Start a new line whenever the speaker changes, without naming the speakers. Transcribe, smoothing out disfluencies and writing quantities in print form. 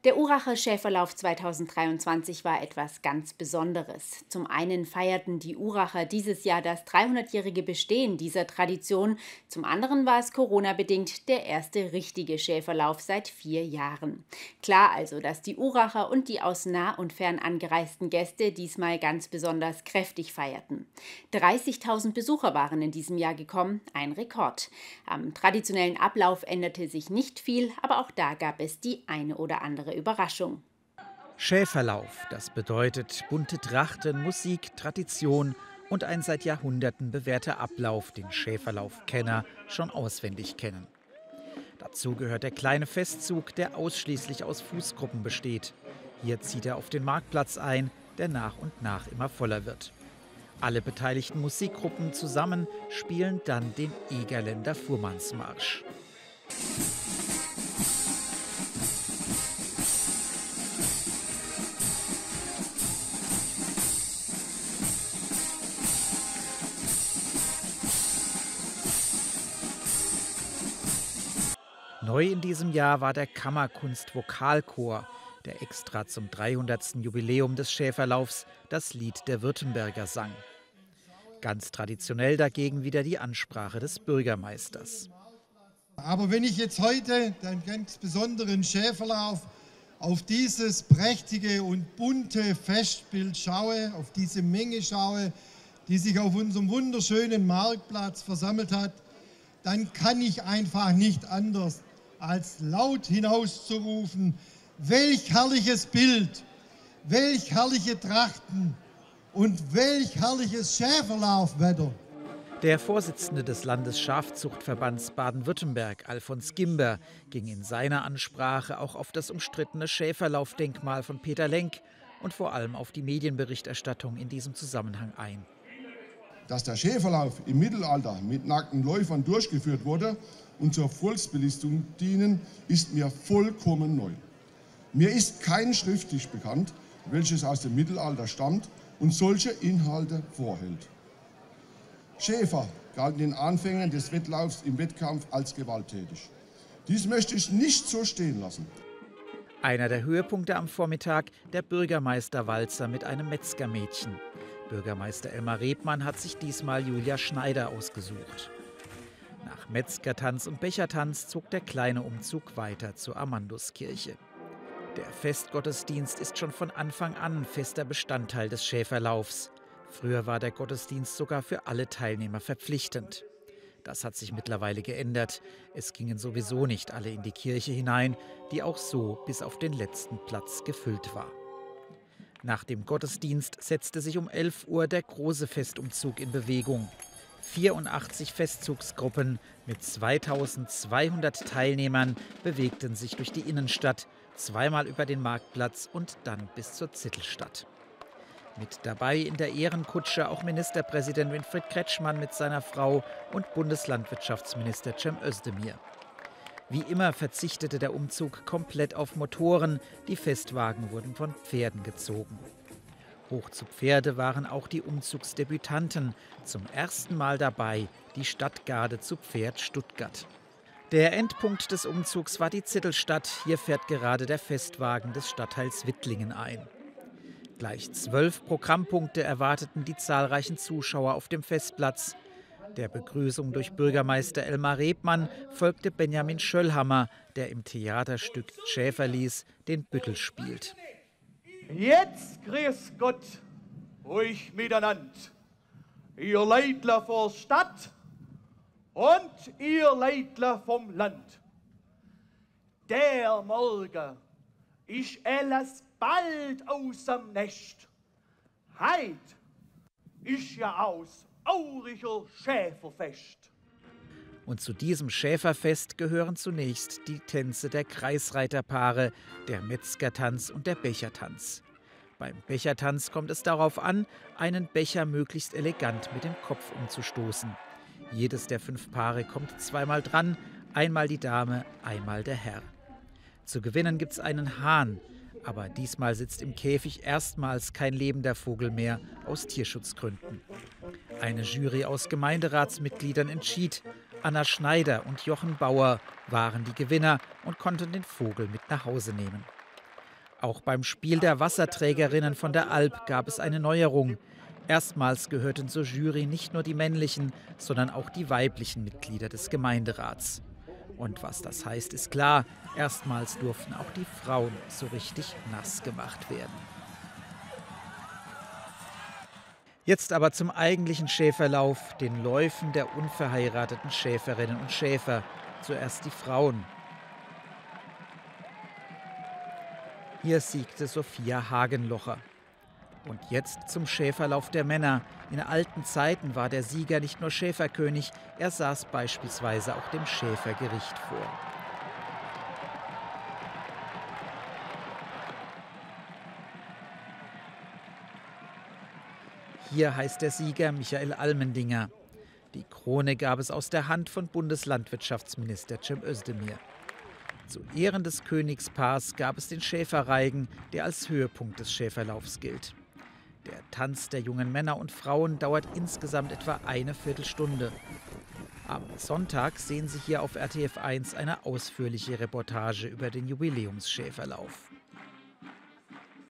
Der Uracher Schäferlauf 2023 war etwas ganz Besonderes. Zum einen feierten die Uracher dieses Jahr das 300-jährige Bestehen dieser Tradition. Zum anderen war es Corona-bedingt der erste richtige Schäferlauf seit 4 Jahren. Klar also, dass die Uracher und die aus nah und fern angereisten Gäste diesmal ganz besonders kräftig feierten. 30.000 Besucher waren in diesem Jahr gekommen, ein Rekord. Am traditionellen Ablauf änderte sich nicht viel, aber auch da gab es die eine oder andere Überraschung.
Schäferlauf, das bedeutet bunte Trachten, Musik, Tradition und ein seit Jahrhunderten bewährter Ablauf, den Schäferlaufkenner schon auswendig kennen. Dazu gehört der kleine Festzug, der ausschließlich aus Fußgruppen besteht. Hier zieht er auf den Marktplatz ein, der nach und nach immer voller wird. Alle beteiligten Musikgruppen zusammen spielen dann den Egerländer Fuhrmannsmarsch. Neu in diesem Jahr war der Kammerkunst-Vokalchor, der extra zum 300. Jubiläum des Schäferlaufs das Lied der Württemberger sang. Ganz traditionell dagegen wieder die Ansprache des Bürgermeisters.
Aber wenn ich jetzt heute den ganz besonderen Schäferlauf auf dieses prächtige und bunte Festbild schaue, auf diese Menge schaue, die sich auf unserem wunderschönen Marktplatz versammelt hat, dann kann ich einfach nicht anders als laut hinauszurufen: Welch herrliches Bild, welch herrliche Trachten und welch herrliches Schäferlaufwetter.
Der Vorsitzende des Landesschafzuchtverbands Baden-Württemberg, Alfons Gimber, ging in seiner Ansprache auch auf das umstrittene Schäferlaufdenkmal von Peter Lenk und vor allem auf die Medienberichterstattung in diesem Zusammenhang ein.
Dass der Schäferlauf im Mittelalter mit nackten Läufern durchgeführt wurde und zur Volksbelistung dienen, ist mir vollkommen neu. Mir ist kein schriftlich bekannt, welches aus dem Mittelalter stammt und solche Inhalte vorhält. Schäfer galten in den Anfängen des Wettlaufs im Wettkampf als gewalttätig. Dies möchte ich nicht so stehen lassen.
Einer der Höhepunkte am Vormittag, der Bürgermeisterwalzer mit einem Metzgermädchen. Bürgermeister Elmar Rebmann hat sich diesmal Julia Schneider ausgesucht. Nach Metzgertanz und Bechertanz zog der kleine Umzug weiter zur Amanduskirche. Der Festgottesdienst ist schon von Anfang an fester Bestandteil des Schäferlaufs. Früher war der Gottesdienst sogar für alle Teilnehmer verpflichtend. Das hat sich mittlerweile geändert. Es gingen sowieso nicht alle in die Kirche hinein, die auch so bis auf den letzten Platz gefüllt war. Nach dem Gottesdienst setzte sich um 11 Uhr der große Festumzug in Bewegung. 84 Festzugsgruppen mit 2200 Teilnehmern bewegten sich durch die Innenstadt, zweimal über den Marktplatz und dann bis zur Zittelstadt. Mit dabei in der Ehrenkutsche auch Ministerpräsident Winfried Kretschmann mit seiner Frau und Bundeslandwirtschaftsminister Cem Özdemir. Wie immer verzichtete der Umzug komplett auf Motoren, die Festwagen wurden von Pferden gezogen. Hoch zu Pferde waren auch die Umzugsdebütanten, zum ersten Mal dabei die Stadtgarde zu Pferd Stuttgart. Der Endpunkt des Umzugs war die Zittelstadt, hier fährt gerade der Festwagen des Stadtteils Wittlingen ein. Gleich 12 Programmpunkte erwarteten die zahlreichen Zuschauer auf dem Festplatz. Der Begrüßung durch Bürgermeister Elmar Rebmann folgte Benjamin Schöllhammer, der im Theaterstück Schäferlis den Büttel spielt.
Jetzt grüß Gott euch miteinander, ihr Leidler vor Stadt und ihr Leidler vom Land. Der Morgen ist alles bald aus'm Nest. Heit ist ja aus Auricher Schäferfest.
Und zu diesem Schäferfest gehören zunächst die Tänze der Kreisreiterpaare, der Metzgertanz und der Bechertanz. Beim Bechertanz kommt es darauf an, einen Becher möglichst elegant mit dem Kopf umzustoßen. Jedes der 5 Paare kommt zweimal dran, einmal die Dame, einmal der Herr. Zu gewinnen gibt's einen Hahn, aber diesmal sitzt im Käfig erstmals kein lebender Vogel mehr, aus Tierschutzgründen. Eine Jury aus Gemeinderatsmitgliedern entschied, Anna Schneider und Jochen Bauer waren die Gewinner und konnten den Vogel mit nach Hause nehmen. Auch beim Spiel der Wasserträgerinnen von der Alp gab es eine Neuerung. Erstmals gehörten zur Jury nicht nur die männlichen, sondern auch die weiblichen Mitglieder des Gemeinderats. Und was das heißt, ist klar. Erstmals durften auch die Frauen so richtig nass gemacht werden. Jetzt aber zum eigentlichen Schäferlauf, den Läufen der unverheirateten Schäferinnen und Schäfer. Zuerst die Frauen. Hier siegte Sophia Hagenlocher. Und jetzt zum Schäferlauf der Männer. In alten Zeiten war der Sieger nicht nur Schäferkönig, er saß beispielsweise auch dem Schäfergericht vor. Hier heißt der Sieger Michael Almendinger. Die Krone gab es aus der Hand von Bundeslandwirtschaftsminister Cem Özdemir. Zu Ehren des Königspaars gab es den Schäferreigen, der als Höhepunkt des Schäferlaufs gilt. Der Tanz der jungen Männer und Frauen dauert insgesamt etwa eine Viertelstunde. Am Sonntag sehen Sie hier auf RTF1 eine ausführliche Reportage über den Jubiläumsschäferlauf.